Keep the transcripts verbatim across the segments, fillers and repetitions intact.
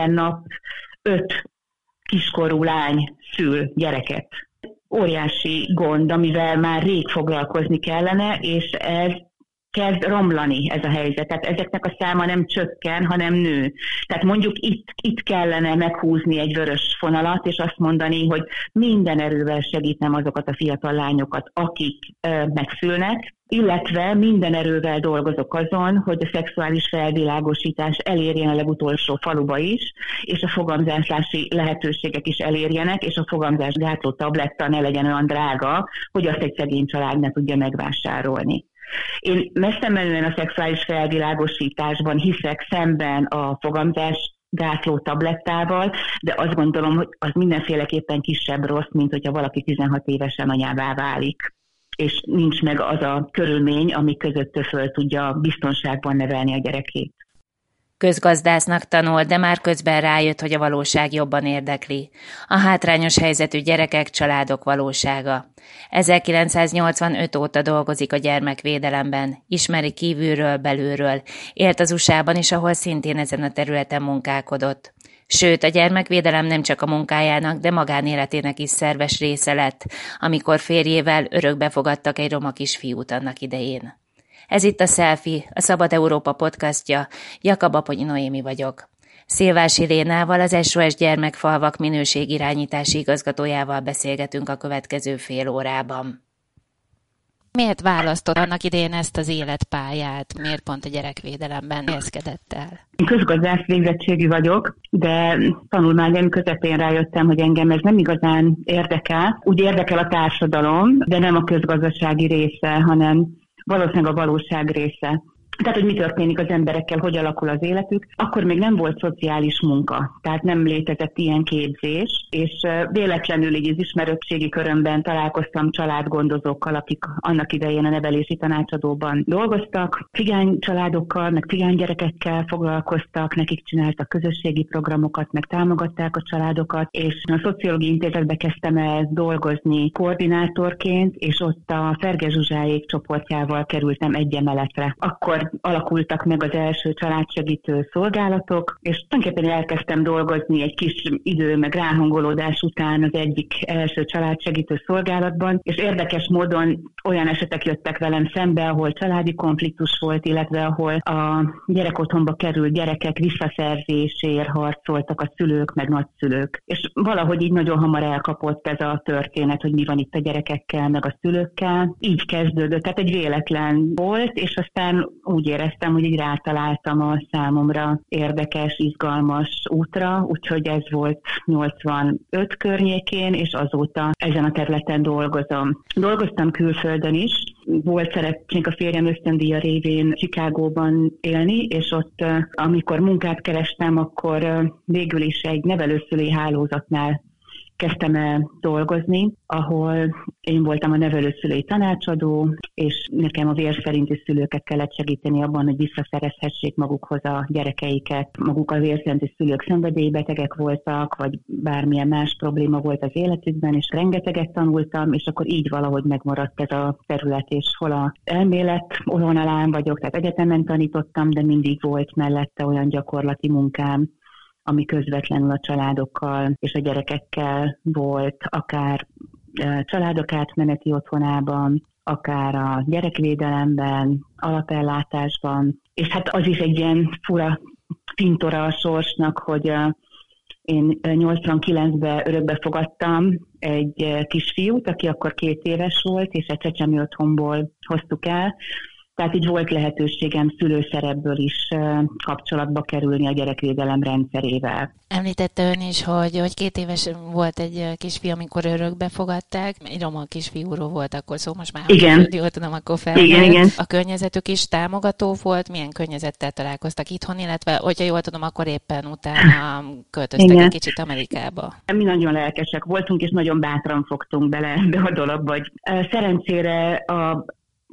minden nap öt kiskorú lány szül gyereket. Óriási gond, amivel már rég foglalkozni kellene, és ez kezd romlani ez a helyzet. Tehát ezeknek a száma nem csökken, hanem nő. Tehát mondjuk itt, itt kellene meghúzni egy vörös fonalat, és azt mondani, hogy minden erővel segítem azokat a fiatal lányokat, akik ö, megszülnek, illetve minden erővel dolgozok azon, hogy a szexuális felvilágosítás elérjen a legutolsó faluba is, és a fogamzáslási lehetőségek is elérjenek, és a fogamzásgátló tabletta ne legyen olyan drága, hogy azt egy szegény család ne tudja megvásárolni. Én messze menően a szexuális felvilágosításban hiszek szemben a fogamzás gátló tablettával, de azt gondolom, hogy az mindenféleképpen kisebb rossz, mint hogyha valaki tizenhat évesen anyává válik, és nincs meg az a körülmény, ami között föl tudja biztonságban nevelni a gyerekét. Közgazdásznak tanul, de már közben rájött, hogy a valóság jobban érdekli. A hátrányos helyzetű gyerekek, családok valósága. ezerkilencszáznyolcvanöt óta dolgozik a gyermekvédelemben, ismeri kívülről, belülről, élt az u es á-ban is, ahol szintén ezen a területen munkálkodott. Sőt, a gyermekvédelem nem csak a munkájának, de magánéletének is szerves része lett, amikor férjével örökbe fogadtak egy roma kisfiút annak idején. Ez itt a Selfie, a Szabad Európa podcastja, Jakab Aponyi Noémi vagyok. Szilvás Irénával, az es o es Gyermekfalvak minőségirányítási igazgatójával beszélgetünk a következő fél órában. Miért választott annak idején ezt az életpályát? Miért pont a gyerekvédelemben helyezkedett el? Közgazdász végzettségű vagyok, de tanulmányom közepén rájöttem, hogy engem ez nem igazán érdekel. Úgy érdekel a társadalom, de nem a közgazdasági része, hanem valószínűleg a valóság része. Tehát, hogy mi történik az emberekkel, hogy alakul az életük. Akkor még nem volt szociális munka, tehát nem létezett ilyen képzés, és véletlenül így az ismerőségi körömben találkoztam családgondozókkal, akik annak idején a nevelési tanácsadóban dolgoztak. Cigány családokkal, meg cigány gyerekekkel foglalkoztak, nekik csináltak közösségi programokat, meg támogatták a családokat, és a Szociológiai Intézetbe kezdtem el dolgozni koordinátorként, és ott a Ferge Zsuzsáék csoportjával kerültem egy emeletre. Akkor alakultak meg az első családsegítő szolgálatok, és tulajdonképpen elkezdtem dolgozni egy kis idő, meg ráhangolódás után az egyik első családsegítő szolgálatban, és érdekes módon olyan esetek jöttek velem szembe, ahol családi konfliktus volt, illetve ahol a gyerekotthonba került gyerekek visszaszerzéséért harcoltak a szülők, meg nagyszülők. És valahogy így nagyon hamar elkapott ez a történet, hogy mi van itt a gyerekekkel, meg a szülőkkel. Így kezdődött, tehát egy véletlen volt, és aztán úgy éreztem, hogy így rátaláltam a számomra érdekes, izgalmas útra, úgyhogy ez volt nyolcvanöt környékén, és azóta ezen a területen dolgozom. Dolgoztam külföldön is, volt szerencsénk a férjem ösztöndíja révén Chicagóban élni, és ott, amikor munkát kerestem, akkor végül is egy nevelőszülői hálózatnál kezdtem el dolgozni, ahol én voltam a nevelőszülői tanácsadó, és nekem a vér szerinti szülőket kellett segíteni abban, hogy visszaszerezhessék magukhoz a gyerekeiket. Maguk a vér szerinti szülők szenvedélybetegek voltak, vagy bármilyen más probléma volt az életükben, és rengeteget tanultam, és akkor így valahogy megmaradt ez a terület, és hol a elmélet vonalán vagyok, tehát egyetemen tanítottam, de mindig volt mellette olyan gyakorlati munkám, ami közvetlenül a családokkal és a gyerekekkel volt, akár családok átmeneti otthonában, akár a gyerekvédelemben, alapellátásban. És hát az is egy ilyen fura fintora a sorsnak, hogy én nyolcvankilencben örökbe fogadtam egy kisfiút, aki akkor két éves volt, és egy csecsemő otthonból hoztuk el. Tehát így volt lehetőségem szülőszerepből is kapcsolatba kerülni a gyerekvédelem rendszerével. Említette ön is, hogy, hogy két éves volt egy kisfiú, amikor örökbe fogadták. Egy roma kisfiúról volt akkor szó, most már igen. Jól tudom, akkor felmerült. Igen, igen. A környezetük is támogató volt? Milyen környezettel találkoztak itthon, illetve, hogyha jól tudom, akkor éppen utána költöztek igen. egy kicsit Amerikába. Mi nagyon lelkesek voltunk, és nagyon bátran fogtunk bele ebbe a dologba. Szerencsére a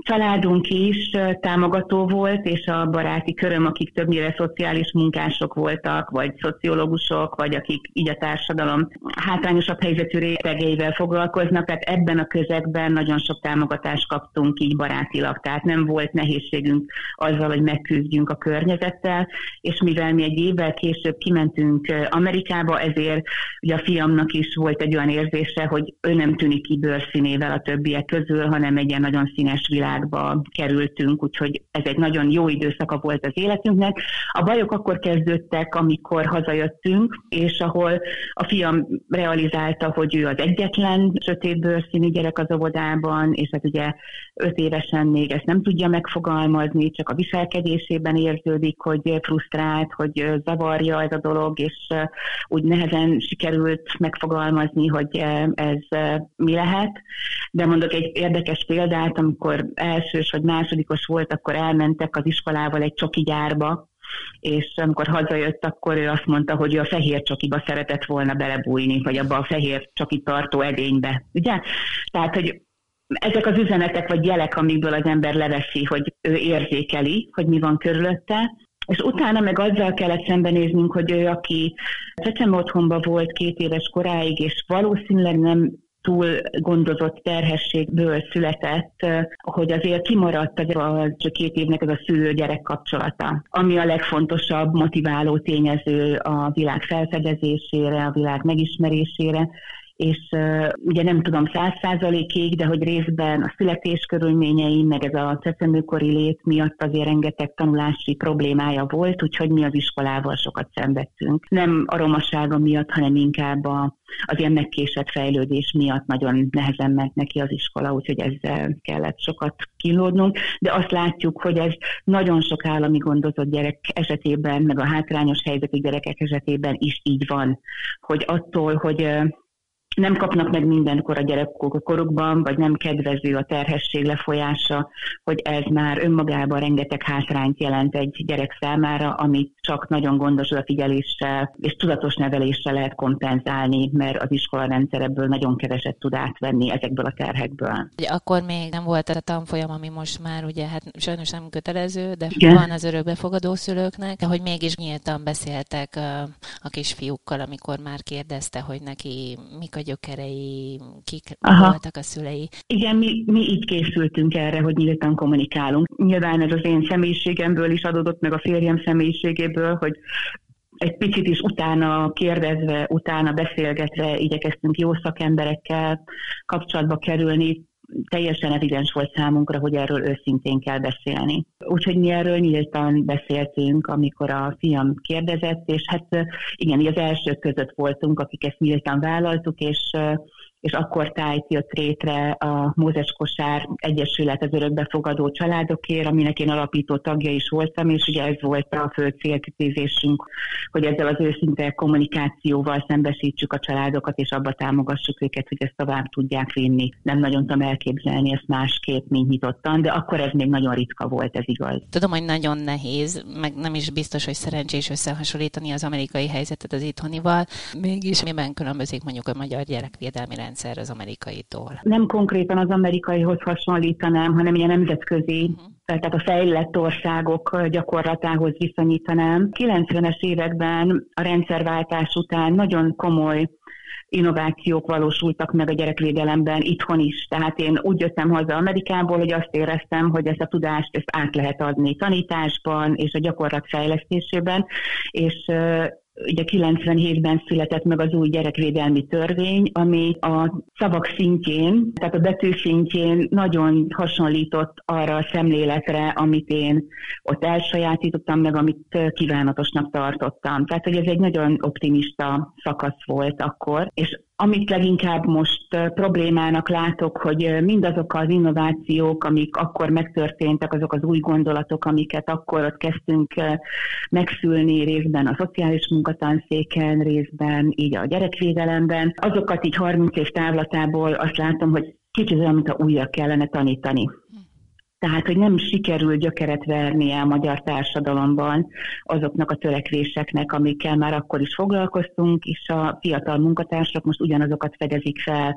családunk is támogató volt, és a baráti köröm, akik többnyire szociális munkások voltak, vagy szociológusok, vagy akik így a társadalom hátrányosabb helyzetű rétegeivel foglalkoznak, tehát ebben a közegben nagyon sok támogatást kaptunk így barátilag, tehát nem volt nehézségünk azzal, hogy megküzdjünk a környezettel, és mivel mi egy évvel később kimentünk Amerikába, ezért ugye a fiamnak is volt egy olyan érzése, hogy ő nem tűnik ki bőrszínével a többiek közül, hanem egy ilyen nagyon színes világba kerültünk, úgyhogy ez egy nagyon jó időszaka volt az életünknek. A bajok akkor kezdődtek, amikor hazajöttünk, és ahol a fiam realizálta, hogy ő az egyetlen sötét bőrszínű gyerek az óvodában, és hát ugye öt évesen még ezt nem tudja megfogalmazni, csak a viselkedésében érződik, hogy frusztrált, hogy zavarja ez a dolog, és úgy nehezen sikerült megfogalmazni, hogy ez mi lehet. De mondok egy érdekes példát, amikor elsős vagy másodikos volt, akkor elmentek az iskolával egy csoki gyárba, és amikor hazajött, akkor ő azt mondta, hogy ő a fehér csokiba szeretett volna belebújni, vagy abba a fehér csoki tartó edénybe. Ugye? Tehát, hogy ezek az üzenetek vagy jelek, amikből az ember leveszi, hogy ő érzékeli, hogy mi van körülötte, és utána meg azzal kellett szembenéznünk, hogy ő, aki csecsemő otthonban volt két éves koráig, és valószínűleg nem túl gondozott terhességből született, hogy azért kimaradt a két évnek ez a szülő-gyerek kapcsolata, ami a legfontosabb motiváló tényező a világ felfedezésére, a világ megismerésére, és uh, ugye nem tudom száz százalékig, de hogy részben a születés körülményei, meg ez a csecsemőkori lét miatt azért rengeteg tanulási problémája volt, úgyhogy mi az iskolával sokat szenvedtünk. Nem a romasága miatt, hanem inkább a, az ilyen megkésett fejlődés miatt nagyon nehezen ment neki az iskola, úgyhogy ezzel kellett sokat kínlódnunk, de azt látjuk, hogy ez nagyon sok állami gondozott gyerek esetében, meg a hátrányos helyzetű gyerekek esetében is így van, hogy attól, hogy uh, nem kapnak meg mindenkor a gyerekkorukban, vagy nem kedvező a terhesség lefolyása, hogy ez már önmagában rengeteg hátrányt jelent egy gyerek számára, amit csak nagyon gondos odafigyeléssel és tudatos neveléssel lehet kompenzálni, mert az iskolarendszer ebből nagyon keveset tud átvenni ezekből a terhekből. Akkor még nem volt a tanfolyam, ami most már ugye hát sajnos nem kötelező, de igen, van az örökbefogadó szülőknek, de hogy mégis nyíltan beszéltek a, a kisfiúkkal, amikor már kérdezte, hogy neki mik a gyökerei, kik Aha. voltak a szülei. Igen, mi, mi így készültünk erre, hogy nyíltan kommunikálunk. Nyilván ez az én személyiségemből is adódott, meg a férjem személyiségéből, hogy egy picit is utána kérdezve, utána beszélgetve igyekeztünk jó szakemberekkel kapcsolatba kerülni. Teljesen evidens volt számunkra, hogy erről őszintén kell beszélni. Úgyhogy mi erről nyíltan beszéltünk, amikor a fiam kérdezett, és hát igen, így az elsők között voltunk, akik ezt nyíltan vállaltuk, és és akkor tájt jött létre a Mózes Kosár Egyesület az örökbefogadó családokért, aminek én alapító tagja is voltam, és ugye ez volt a fő célkitűzésünk, hogy ezzel az őszinte kommunikációval szembesítsük a családokat, és abba támogassuk őket, hogy ezt tovább tudják vinni. Nem nagyon tudom elképzelni ezt másképp, mint nyitottan, de akkor ez még nagyon ritka volt, ez igaz. Tudom, hogy nagyon nehéz, meg nem is biztos, hogy szerencsés összehasonlítani az amerikai helyzetet az itthonival. Mégis miben különbözik mondjuk a magyar gyerekvédelmi rendszer az amerikaitól? Nem konkrétan az amerikaihoz hasonlítanám, hanem ilyen nemzetközi, uh-huh. tehát a fejlett országok gyakorlatához viszonyítanám. kilencvenes években a rendszerváltás után nagyon komoly innovációk valósultak meg a gyerekvédelemben itthon is. Tehát én úgy jöttem haza Amerikából, hogy azt éreztem, hogy ezt a tudást ezt át lehet adni tanításban és a gyakorlat fejlesztésében, és ugye kilencvenhétben született meg az új gyerekvédelmi törvény, ami a szavak szintjén, tehát a betű szintjén nagyon hasonlított arra a szemléletre, amit én ott elsajátítottam, meg amit kívánatosnak tartottam. Tehát, hogy ez egy nagyon optimista szakasz volt akkor, és amit leginkább most problémának látok, hogy mindazok az innovációk, amik akkor megtörténtek, azok az új gondolatok, amiket akkor ott kezdtünk megszülni részben a szociális munkatanszéken, részben így a gyerekvédelemben, azokat így harminc év távlatából azt látom, hogy kicsit olyan, mint a újra kellene tanítani. Tehát, hogy nem sikerül gyökeret vernie a magyar társadalomban azoknak a törekvéseknek, amikkel már akkor is foglalkoztunk, és a fiatal munkatársak most ugyanazokat fedezik fel,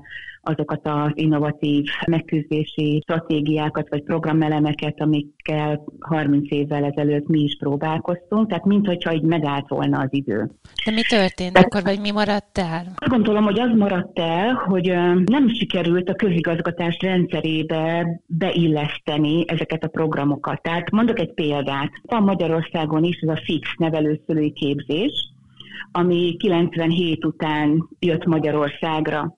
azokat az innovatív megküzdési stratégiákat vagy programelemeket, amikkel harminc évvel ezelőtt mi is próbálkoztunk, tehát minthogyha így megállt volna az idő. De mi történt tehát, akkor, vagy mi maradt el? Azt gondolom, hogy az maradt el, hogy nem sikerült a közigazgatás rendszerébe beilleszteni ezeket a programokat. Tehát mondok egy példát. Van Magyarországon is ez a fix nevelőszülői képzés, ami kilencvenhét után jött Magyarországra.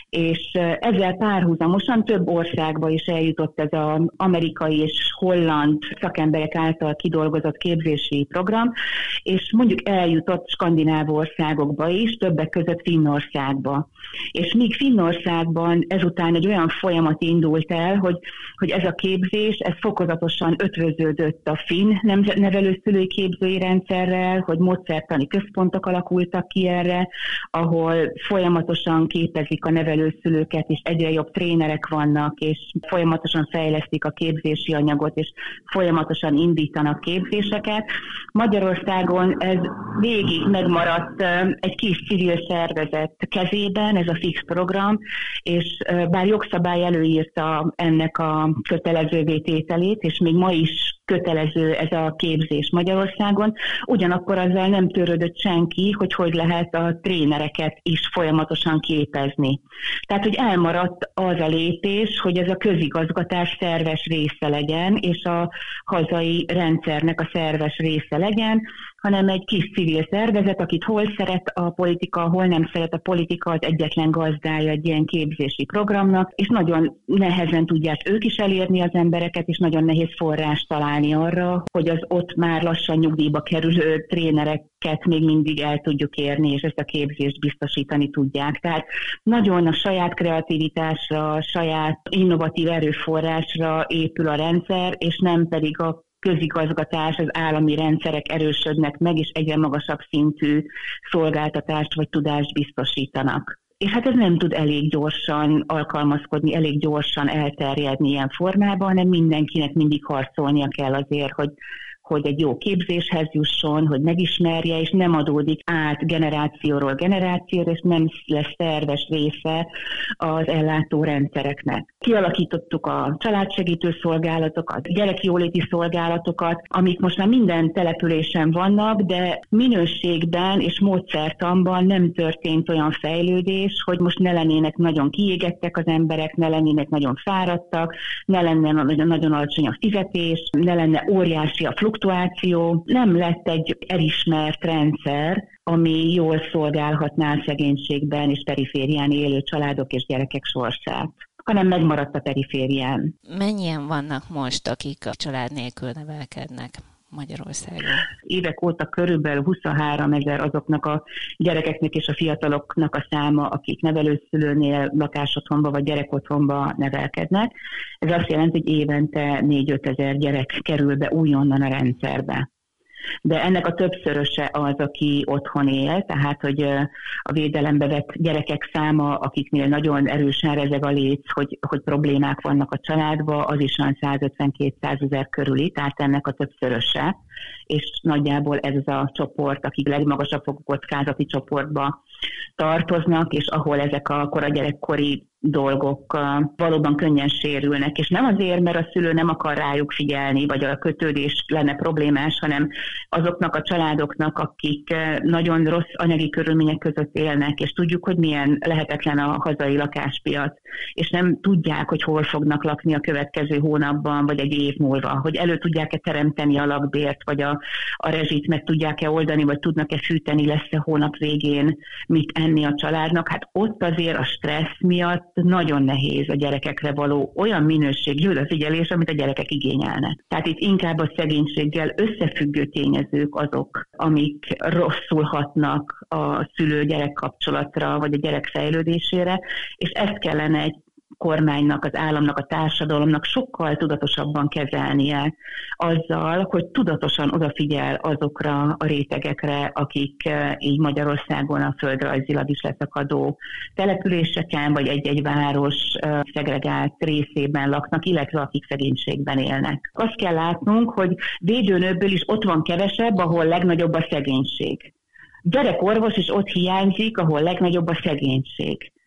És ezzel párhuzamosan több országba is eljutott ez az amerikai és holland szakemberek által kidolgozott képzési program, és mondjuk eljutott skandináv országokba is, többek között Finnországba. És míg Finnországban ezután egy olyan folyamat indult el, hogy, hogy ez a képzés, ez fokozatosan ötvöződött a finn nevelőszülői képzői rendszerrel, hogy módszertani központok alakultak ki erre, ahol folyamatosan képezik a nevelőszülőket, és egyre jobb trénerek vannak, és folyamatosan fejlesztik a képzési anyagot, és folyamatosan indítanak képzéseket. Magyarországon ez végig megmaradt egy kis civil szervezet kezében, ez a fix program, és bár jogszabály előírta ennek a kötelezővé tételét, és még ma is kötelező ez a képzés Magyarországon, ugyanakkor azzal nem törődött senki, hogy hogy lehet a trénereket is folyamatosan képezni. Tehát, hogy elmaradt az a lépés, hogy ez a közigazgatás szerves része legyen, és a hazai rendszernek a szerves része legyen, hanem egy kis civil szervezet, akit hol szeret a politika, hol nem szeret a politika, az egyetlen gazdája egy ilyen képzési programnak, és nagyon nehezen tudják ők is elérni az embereket, és nagyon nehéz forrást találni arra, hogy az ott már lassan nyugdíjba kerülő trénereket még mindig el tudjuk érni, és ezt a képzést biztosítani tudják. Tehát nagyon a saját kreativitásra, a saját innovatív erőforrásra épül a rendszer, és nem pedig a közigazgatás, az állami rendszerek erősödnek meg, és egyre magasabb szintű szolgáltatást vagy tudást biztosítanak. És hát ez nem tud elég gyorsan alkalmazkodni, elég gyorsan elterjedni ilyen formában, hanem mindenkinek mindig harcolnia kell azért, hogy hogy egy jó képzéshez jusson, hogy megismerje, és nem adódik át generációról generációra, és nem lesz szerves része az ellátó rendszereknek. Kialakítottuk a családsegítő szolgálatokat, gyerekjóléti szolgálatokat, amik most már minden településen vannak, de minőségben és módszertanban nem történt olyan fejlődés, hogy most ne lennének nagyon kiégettek az emberek, ne lennének nagyon fáradtak, ne lenne nagyon, nagyon alacsony a fizetés, ne lenne óriási a fluktuáció, nem lett egy elismert rendszer, ami jól szolgálhatná a szegénységben és periférián élő családok és gyerekek sorsát, hanem megmaradt a periférián. Mennyien vannak most, akik a család nélkül nevelkednek Magyarországon? Évek óta körülbelül huszonhárom ezer azoknak a gyerekeknek és a fiataloknak a száma, akik nevelőszülőnél, lakásotthonba vagy gyerekotthonba nevelkednek. Ez azt jelenti, hogy évente négy-öt ezer gyerek kerül be újonnan a rendszerbe. De ennek a többszöröse az, aki otthon él, tehát hogy a védelembe vett gyerekek száma, akiknél nagyon erősen rezeg a léc, hogy, hogy problémák vannak a családban, az is olyan százötven-kétszázezer körüli, tehát ennek a többszöröse, és nagyjából ez az a csoport, akik legmagasabb fokú kockázati csoportba tartoznak, és ahol ezek a koragyerekkori dolgok valóban könnyen sérülnek, és nem azért, mert a szülő nem akar rájuk figyelni, vagy a kötődés lenne problémás, hanem azoknak a családoknak, akik nagyon rossz anyagi körülmények között élnek, és tudjuk, hogy milyen lehetetlen a hazai lakáspiac, és nem tudják, hogy hol fognak lakni a következő hónapban, vagy egy év múlva, hogy elő tudják-e teremteni a lakbért, vagy a, a rezsit meg tudják-e oldani, vagy tudnak-e fűteni, lesz-e hónap végén mit enni a családnak. Hát ott azért a stressz miatt nagyon nehéz a gyerekekre való olyan minőségű odafigyelés, amit a gyerekek igényelnek. Tehát itt inkább a szegénységgel összefüggő tényezők azok, amik rosszul hatnak a szülő-gyerek kapcsolatra, vagy a gyerek fejlődésére, és ezt kellene egy kormánynak, az államnak, a társadalomnak sokkal tudatosabban kezelnie azzal, hogy tudatosan odafigyel azokra a rétegekre, akik így Magyarországon a földrajzilag is leszakadó településeken, vagy egy-egy város szegregált részében laknak, illetve akik szegénységben élnek. Azt kell látnunk, hogy védőnőből is ott van kevesebb, ahol legnagyobb a szegénység. Gyerekorvos is ott hiányzik, ahol legnagyobb a szegénység.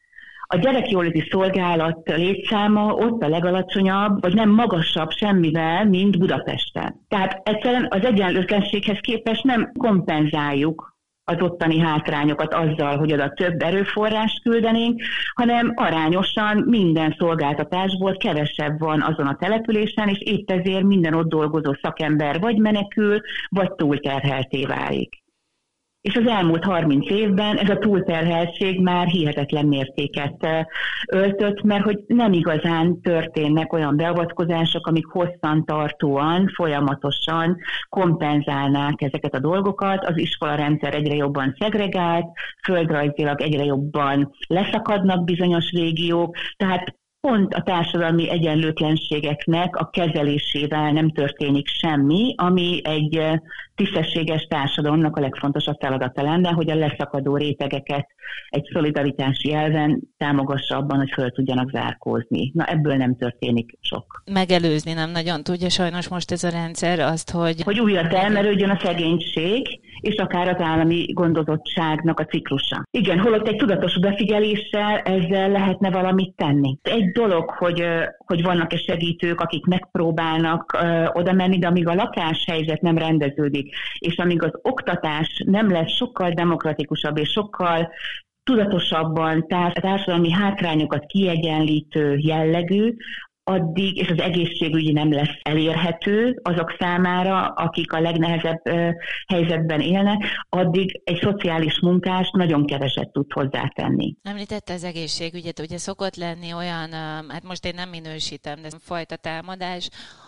A gyerekjóléti szolgálat létszáma ott a legalacsonyabb, vagy nem magasabb semmivel, mint Budapesten. Tehát egyszerűen az egyenlőtlenséghez képest nem kompenzáljuk az ottani hátrányokat azzal, hogy oda több erőforrást küldenénk, hanem arányosan minden szolgáltatásból kevesebb van azon a településen, és épp ezért minden ott dolgozó szakember vagy menekül, vagy túlterhelté válik. És az elmúlt harminc évben ez a túlterheltség már hihetetlen mértéket öltött, mert hogy nem igazán történnek olyan beavatkozások, amik hosszantartóan, folyamatosan kompenzálnák ezeket a dolgokat. Az iskolarendszer egyre jobban szegregált, földrajzilag egyre jobban leszakadnak bizonyos régiók, tehát pont a társadalmi egyenlőtlenségeknek a kezelésével nem történik semmi, ami egy tisztességes társadalomnak a legfontosabb feladata lenne, hogy a leszakadó rétegeket egy szolidaritási elven támogassa abban, hogy föl tudjanak zárkózni. Na, ebből nem történik sok. Megelőzni nem nagyon tudja sajnos most ez a rendszer azt, hogy... Hogy újra termelődjön a szegénység, és akár az állami gondozottságnak a ciklusa. Igen, holott egy tudatos befigyeléssel ezzel lehetne valamit tenni. Egy dolog, hogy, hogy vannak-e segítők, akik megpróbálnak ö, oda menni, de amíg a lakáshelyzet nem rendeződik, és amíg az oktatás nem lesz sokkal demokratikusabb és sokkal tudatosabban társadalmi hátrányokat kiegyenlítő jellegű, addig, és az egészségügyi nem lesz elérhető azok számára, akik a legnehezebb ö, helyzetben élnek, addig egy szociális munkás nagyon keveset tud hozzátenni. Említette az egészségügyet, ugye szokott lenni olyan, hát most én nem minősítem, de fajta támadás,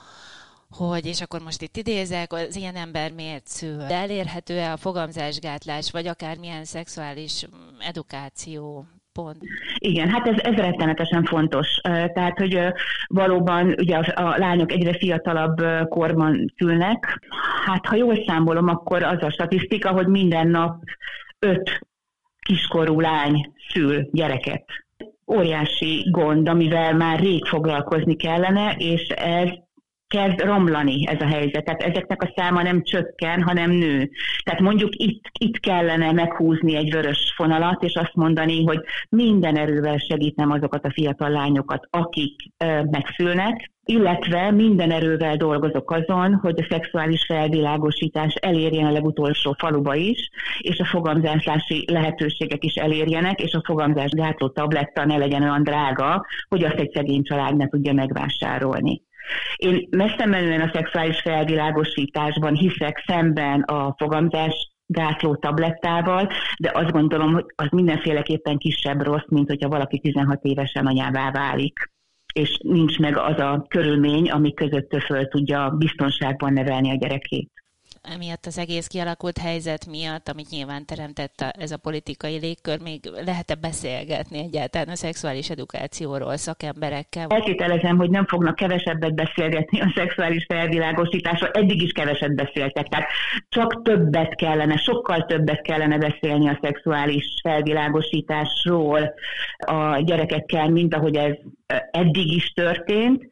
hogy, és akkor most itt idézek, az ilyen ember miért szül? De elérhető-e a fogamzásgátlás, vagy akármilyen szexuális edukáció? Pont. Igen, hát ez, ez rettenetesen fontos. Tehát, hogy valóban ugye a, a lányok egyre fiatalabb korban szülnek. Hát, ha jól számolom, akkor az a statisztika, hogy minden nap öt kiskorú lány szül gyereket. Óriási gond, amivel már rég foglalkozni kellene, és ez kezd romlani ez a helyzet. Tehát ezeknek a száma nem csökken, hanem nő. Tehát mondjuk itt, itt kellene meghúzni egy vörös fonalat, és azt mondani, hogy minden erővel segítem azokat a fiatal lányokat, akik ö, megszülnek, illetve minden erővel dolgozok azon, hogy a szexuális felvilágosítás elérjen a legutolsó faluba is, és a fogamzási lehetőségek is elérjenek, és a fogamzásgátló tabletta ne legyen olyan drága, hogy azt egy szegény család ne tudja megvásárolni. Én messze menően a szexuális felvilágosításban hiszek szemben a fogamzás gátló tablettával, de azt gondolom, hogy az mindenféleképpen kisebb rossz, mint hogyha valaki tizenhat évesen anyává válik, és nincs meg az a körülmény, ami között föl tudja biztonságban nevelni a gyerekét. Emiatt az egész kialakult helyzet miatt, amit nyilván teremtett ez a politikai légkör, még lehet-e beszélgetni egyáltalán a szexuális edukációról szakemberekkel? Elkételezem, hogy nem fognak kevesebbet beszélgetni a szexuális felvilágosításról, eddig is keveset beszéltek, tehát csak többet kellene, sokkal többet kellene beszélni a szexuális felvilágosításról a gyerekekkel, mint ahogy ez eddig is történt.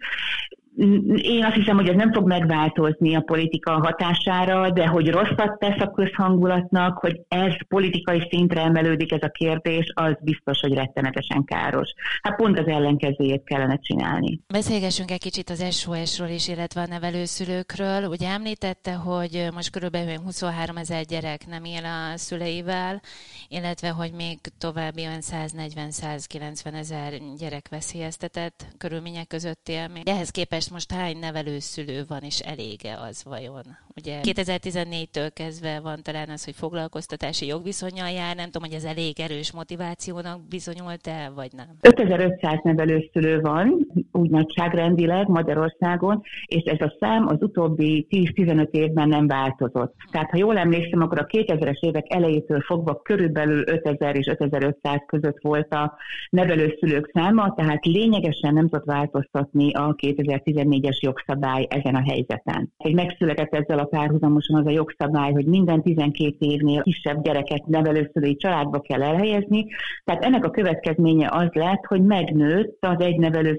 Én azt hiszem, hogy ez nem fog megváltozni a politika hatására, de hogy rosszat tesz a közhangulatnak, hogy ez politikai szintre emelődik ez a kérdés, az biztos, hogy rettenetesen káros. Hát pont az ellenkezőjét kellene csinálni. Beszélgessünk egy kicsit az es o es-ről is, illetve a nevelőszülőkről. Ugye említette, hogy most körülbelül huszonhárom ezer gyerek nem él a szüleivel, illetve hogy még további olyan száznegyven-százkilencven ezer gyerek veszélyeztetett körülmények között él. Ehhez képest most hány nevelőszülő van, és elége az vajon? Ugye kétezer-tizennégytől kezdve van talán az, hogy foglalkoztatási jogviszonnyal jár, nem tudom, hogy ez elég erős motivációnak bizonyult-e, vagy nem? ötezer-ötszáz nevelőszülő van, úgy nagyságrendileg Magyarországon, és ez a szám az utóbbi tíz-tizenöt évben nem változott. Tehát, ha jól emlékszem, akkor a kétezres évek elejétől fogva körülbelül ötezer és ötezer-ötszáz között volt a nevelőszülők száma, tehát lényegesen nem tudott változtatni a kétezer-tizennégyes jogszabály ezen a helyzeten. Egy megszületett ezzel a párhuzamosan az a jogszabály, hogy minden tizenkét évnél kisebb gyereket nevelőszülői családba kell elhelyezni, tehát ennek a következménye az lett, hogy megnőtt az egy nevelőszülői család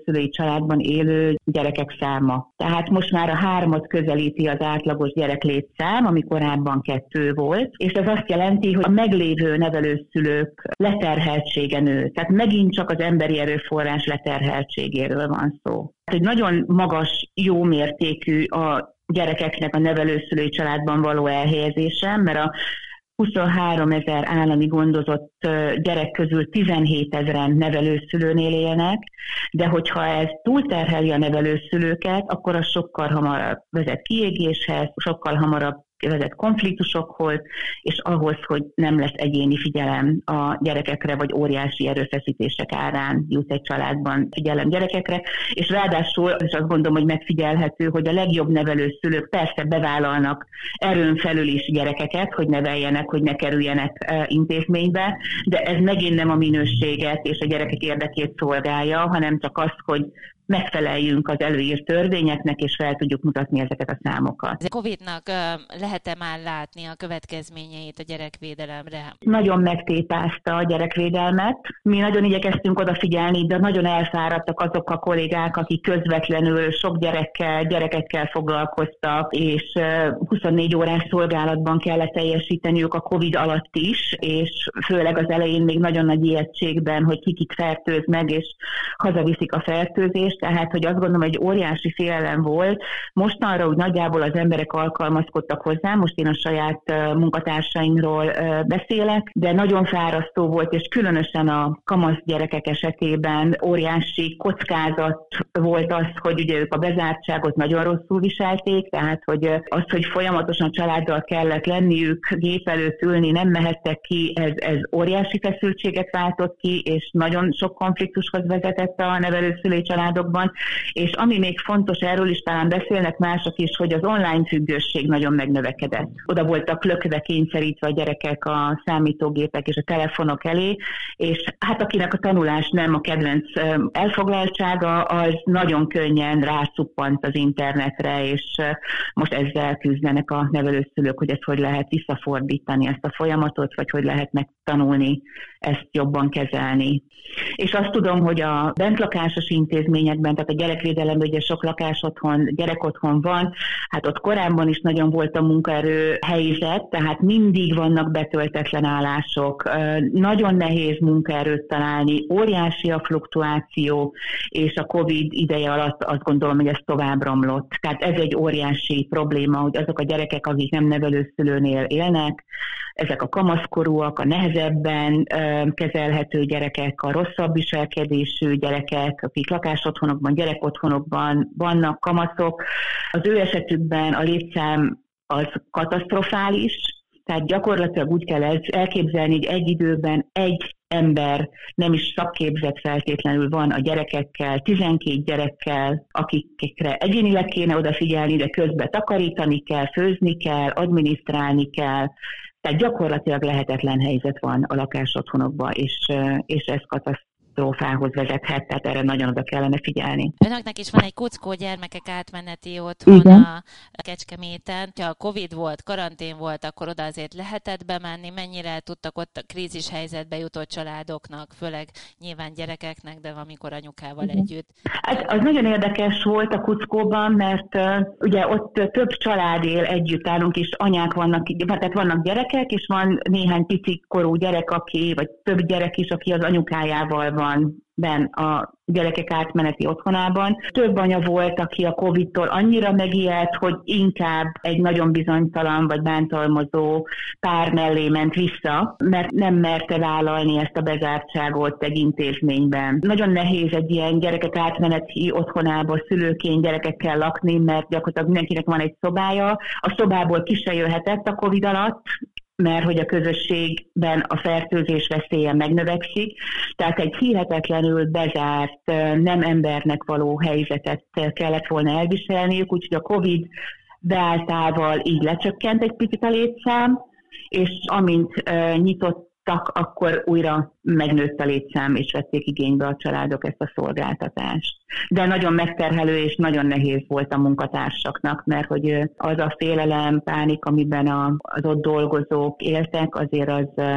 családban élő gyerekek száma. Tehát most már a hármat közelíti az átlagos gyereklétszám, ami korábban kettő volt, és ez azt jelenti, hogy a meglévő nevelőszülők leterheltsége nő. Tehát megint csak az emberi erőforrás leterheltségéről van szó. Hogy nagyon magas, jó mértékű a gyerekeknek a nevelőszülői családban való elhelyezése, mert a huszonhárom ezer állami gondozott gyerek közül tizenhét ezeren nevelőszülőnél élnek, de hogyha ez túlterheli a nevelőszülőket, akkor az sokkal hamarabb vezet kiégéshez, sokkal hamarabb vezet konfliktusokhoz, és ahhoz, hogy nem lesz egyéni figyelem a gyerekekre, vagy óriási erőfeszítések árán jut egy családban figyelem gyerekekre, és ráadásul, és azt gondolom, hogy megfigyelhető, hogy a legjobb nevelőszülők persze bevállalnak erőn felül is gyerekeket, hogy neveljenek, hogy ne kerüljenek intézménybe, de ez megint nem a minőséget és a gyerekek érdekét szolgálja, hanem csak azt, hogy megfeleljünk az előírt törvényeknek, és fel tudjuk mutatni ezeket a számokat. A Covidnak lehet-e már látni a következményeit a gyerekvédelemre? Nagyon megtépázta a gyerekvédelmet. Mi nagyon igyekeztünk odafigyelni, de nagyon elfáradtak azok a kollégák, akik közvetlenül sok gyerekkel, gyerekekkel foglalkoztak, és huszonnégy órás szolgálatban kellett teljesíteniük a Covid alatt is, és főleg az elején még nagyon nagy ijegységben, hogy kikik fertőz meg, és hazaviszik a fertőzést. Tehát, hogy azt gondolom, hogy óriási félelem volt. Mostanra úgy nagyjából az emberek alkalmazkodtak hozzá, most én a saját munkatársaimról beszélek, de nagyon fárasztó volt, és különösen a kamasz gyerekek esetében óriási kockázat volt az, hogy ugye ők a bezártságot nagyon rosszul viselték, tehát, hogy az, hogy folyamatosan családdal kellett lenniük, gép előtt ülni, nem mehettek ki, ez, ez óriási feszültséget váltott ki, és nagyon sok konfliktushoz vezetett a nevelőszülői családokban, és ami még fontos, erről is talán beszélnek mások is, hogy az online függőség nagyon megnövekedett. Oda voltak lökve kényszerítve a gyerekek a számítógépek és a telefonok elé, és hát akinek a tanulás nem a kedvenc elfoglaltsága, az nagyon könnyen rácuppant az internetre, és most ezzel küzdenek a nevelőszülők, hogy ezt hogy lehet visszafordítani, ezt a folyamatot, vagy hogy lehet megtanulni ezt jobban kezelni. És azt tudom, hogy a bentlakásos intézményekben, tehát a gyerekvédelemben ugye sok lakásotthon, gyerekotthon van, hát ott korábban is nagyon volt a munkaerő helyzet, tehát mindig vannak betöltetlen állások, nagyon nehéz munkaerőt találni, óriási a fluktuáció, és a Covid ideje alatt azt gondolom, hogy ez tovább romlott. Tehát ez egy óriási probléma, hogy azok a gyerekek, akik nem nevelőszülőnél élnek, ezek a kamaszkorúak, a nehezebben kezelhető gyerekek, a rosszabb viselkedésű gyerekek, akik lakásotthonokban, gyerekotthonokban vannak, kamaszok. Az ő esetükben a létszám az katasztrofális, tehát gyakorlatilag úgy kell elképzelni, hogy egy időben egy ember nem is szakképzett feltétlenül van a gyerekekkel, tizenkét gyerekkel, akikre egyénileg kéne odafigyelni, de közben takarítani kell, főzni kell, adminisztrálni kell. Tehát gyakorlatilag lehetetlen helyzet van a lakásotthonokban, és, és ez katasztrófához vezethet, tehát erre nagyon oda kellene figyelni. Önöknek is van egy Kuckó gyermekek átmeneti otthon Igen. a Kecskeméten. Ha a Covid volt, karantén volt, akkor oda azért lehetett bemenni. Mennyire tudtak ott a krízis helyzetbe jutott családoknak, főleg nyilván gyerekeknek, de amikor anyukával Igen. együtt? Ez, az nagyon érdekes volt a Kuckóban, mert uh, ugye ott több család él együtt állunk, és anyák vannak, tehát vannak gyerekek, és van néhány pici korú gyerek, aki, vagy több gyerek is, aki az anyukájával van ben a gyerekek átmeneti otthonában. Több anya volt, aki a Covid-tól annyira megijedt, hogy inkább egy nagyon bizonytalan vagy bántalmazó pár mellé ment vissza, mert nem merte vállalni ezt a bezártságot egy intézményben. Nagyon nehéz egy ilyen gyerekek átmeneti otthonába szülőként gyerekekkel lakni, mert gyakorlatilag mindenkinek van egy szobája. A szobából ki se jöhetett a Covid alatt, mert hogy a közösségben a fertőzés veszélye megnövekszik. Tehát egy hihetetlenül bezárt, nem embernek való helyzetet kellett volna elviselniük, úgyhogy a Covid beálltával így lecsökkent egy picit a létszám, és amint uh, nyitottak, akkor újra megnőtt a létszám, és vették igénybe a családok ezt a szolgáltatást. De nagyon megterhelő és nagyon nehéz volt a munkatársaknak, mert hogy az a félelem, pánik, amiben a, az ott dolgozók éltek, azért az,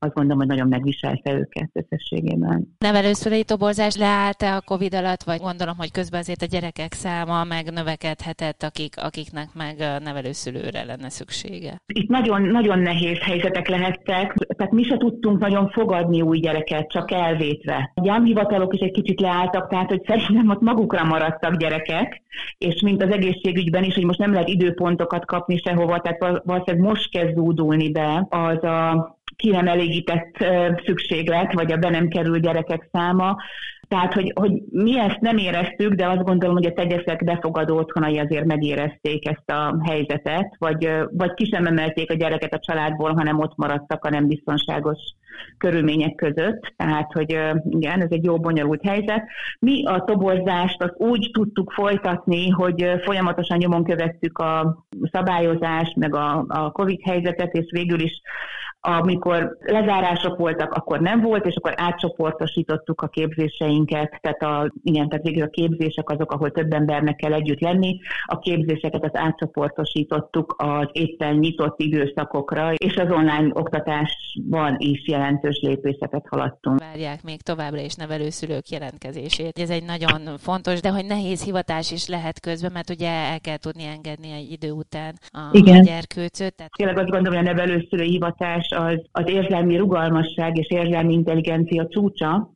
azt gondolom, hogy nagyon megviselte őket összességében. Nevelőszülői toborzás leállt-e a Covid alatt, vagy gondolom, hogy közben azért a gyerekek száma meg növekedhetett, akik, akiknek meg nevelőszülőre lenne szüksége? Itt nagyon, nagyon nehéz helyzetek lehettek, tehát mi se tudtunk nagyon fogadni új gyereket, csak elvétve. A gyámhivatalok is egy kicsit leálltak, tehát hogy szerintem ott magukra maradtak gyerekek, és mint az egészségügyben is, hogy most nem lehet időpontokat kapni sehova, tehát valószínűleg most kezd zúdulni be az a ki nem elégített szükséglet, vagy a be nem kerül gyerekek száma. Tehát, hogy, hogy mi ezt nem éreztük, de azt gondolom, hogy a tegyeszek befogadó otthonai azért megérezték ezt a helyzetet, vagy, vagy ki sem emelték a gyereket a családból, hanem ott maradtak a nem biztonságos körülmények között. Tehát, hogy igen, ez egy jó bonyolult helyzet. Mi a toborzást azt úgy tudtuk folytatni, hogy folyamatosan nyomon követtük a szabályozást, meg a, a Covid helyzetet, és végül is amikor lezárások voltak, akkor nem volt, és akkor átcsoportosítottuk a képzéseinket, tehát, a, igen, tehát végül a képzések azok, ahol több embernek kell együtt lenni, a képzéseket az átcsoportosítottuk az éppen nyitott időszakokra, és az online oktatásban is jelentős lépéseket haladtunk. Várják még továbbra is nevelőszülők jelentkezését. Ez egy nagyon fontos, de hogy nehéz hivatás is lehet közben, mert ugye el kell tudni engedni egy idő után a, a gyerkőcöt. Tehát... Tényleg azt gondolom, hogy a nevelőszülői hivatás az, az érzelmi rugalmasság és érzelmi intelligencia csúcsa,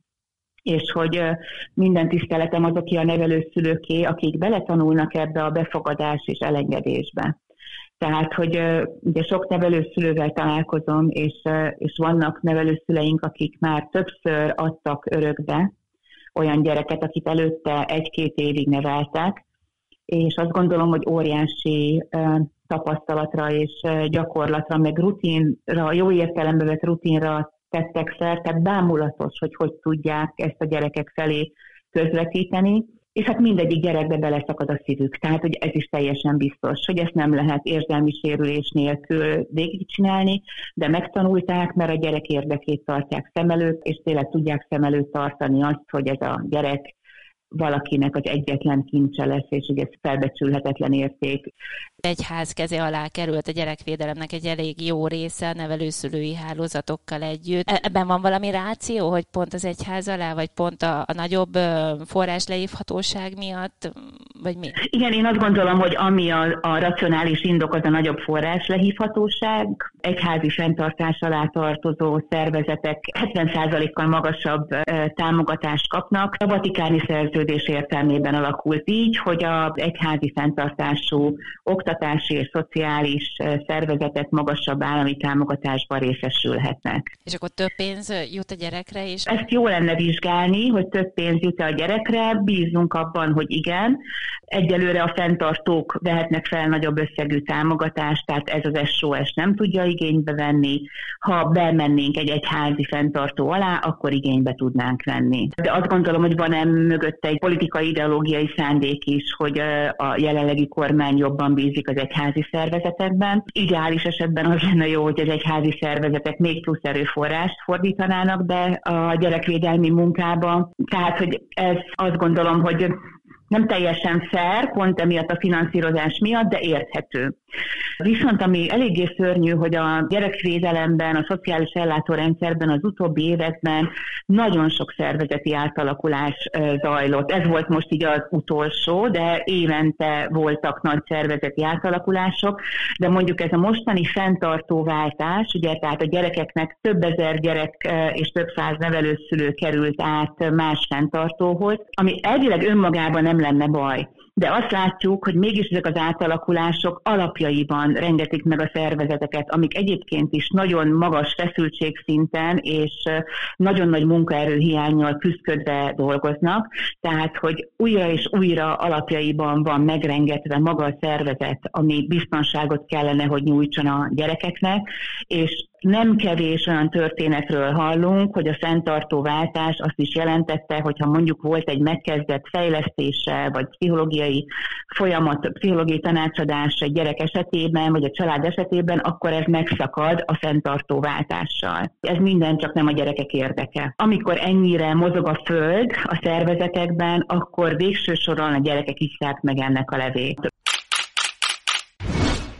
és hogy minden tiszteletem az, aki a nevelőszülőké, akik beletanulnak ebbe a befogadás és elengedésbe. Tehát, hogy ugye sok nevelőszülővel találkozom, és, és vannak nevelőszüleink, akik már többször adtak örökbe olyan gyereket, akit előtte egy-két évig neveltek, és azt gondolom, hogy óriási tapasztalatra és gyakorlatra, meg rutinra, jó értelembe vett rutinra tettek szert, tehát bámulatos, hogy hogy tudják ezt a gyerekek felé közvetíteni, és hát mindegyik gyerekbe beleszakad a szívük. Tehát, hogy ez is teljesen biztos, hogy ezt nem lehet érzelmi sérülés nélkül végigcsinálni, de megtanulták, mert a gyerek érdekét tartják szem előtt, és tényleg tudják szem előtt tartani azt, hogy ez a gyerek valakinek az egyetlen kincse lesz, és hogy ez felbecsülhetetlen érték. Egyház keze alá került a gyerekvédelemnek egy elég jó része a nevelőszülői hálózatokkal együtt. Ebben van valami ráció, hogy pont az egyház alá, vagy pont a, a nagyobb forrásleívhatóság miatt, vagy mi? Igen, én azt gondolom, hogy ami a, a racionális indok, az a nagyobb forráslehívhatóság. Egyházi fenntartás alá tartozó szervezetek hetven százalékkal magasabb támogatást kapnak. A vatikáni szerződés értelmében alakult így, hogy az egyházi fenntartású oktatási és szociális szervezetek magasabb állami támogatásban részesülhetnek. És akkor több pénz jut a gyerekre is? Ezt jó lenne vizsgálni, hogy több pénz jut a gyerekre, bízunk abban, hogy igen. Egyelőre a fenntartók vehetnek fel nagyobb összegű támogatást, tehát ez az es o es nem tudja igénybe venni. Ha bemennénk egy egyházi fenntartó alá, akkor igénybe tudnánk venni. De azt gondolom, hogy van-e mögött egy politikai ideológiai szándék is, hogy a jelenlegi kormány jobban bízik az egyházi szervezetekben. Ideális esetben az lenne jó, hogy az egyházi szervezetek még plusz erőforrást fordítanának be a gyerekvédelmi munkába. Tehát, hogy ez azt gondolom, hogy nem teljesen fair, pont emiatt a finanszírozás miatt, de érthető. Viszont ami eléggé szörnyű, hogy a gyerekvédelemben, a szociális ellátórendszerben az utóbbi években nagyon sok szervezeti átalakulás zajlott. Ez volt most így az utolsó, de évente voltak nagy szervezeti átalakulások, de mondjuk ez a mostani fenntartóváltás, ugye tehát a gyerekeknek több ezer gyerek és több száz nevelőszülő került át más fenntartóhoz, ami elvileg önmagában nem lenne baj. De azt látjuk, hogy mégis ezek az átalakulások alapjaiban rengetik meg a szervezeteket, amik egyébként is nagyon magas feszültségszinten és nagyon nagy munkaerőhiánnyal küzdködve dolgoznak, tehát hogy újra és újra alapjaiban van megrengetve maga a szervezet, ami biztonságot kellene, hogy nyújtson a gyerekeknek, és nem kevés olyan történetről hallunk, hogy a fenntartó váltás azt is jelentette, hogyha mondjuk volt egy megkezdett fejlesztése, vagy pszichológiai folyamat, pszichológiai tanácsadás egy gyerek esetében, vagy a család esetében, akkor ez megszakad a fenntartó váltással. Ez minden csak nem a gyerekek érdeke. Amikor ennyire mozog a föld a szervezetekben, akkor végső soron a gyerekek isszák meg ennek a levét.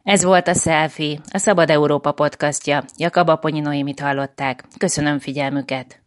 Ez volt a Selfie, a Szabad Európa podcastja. Jakab Aponyi Noémit hallották. Köszönöm figyelmüket!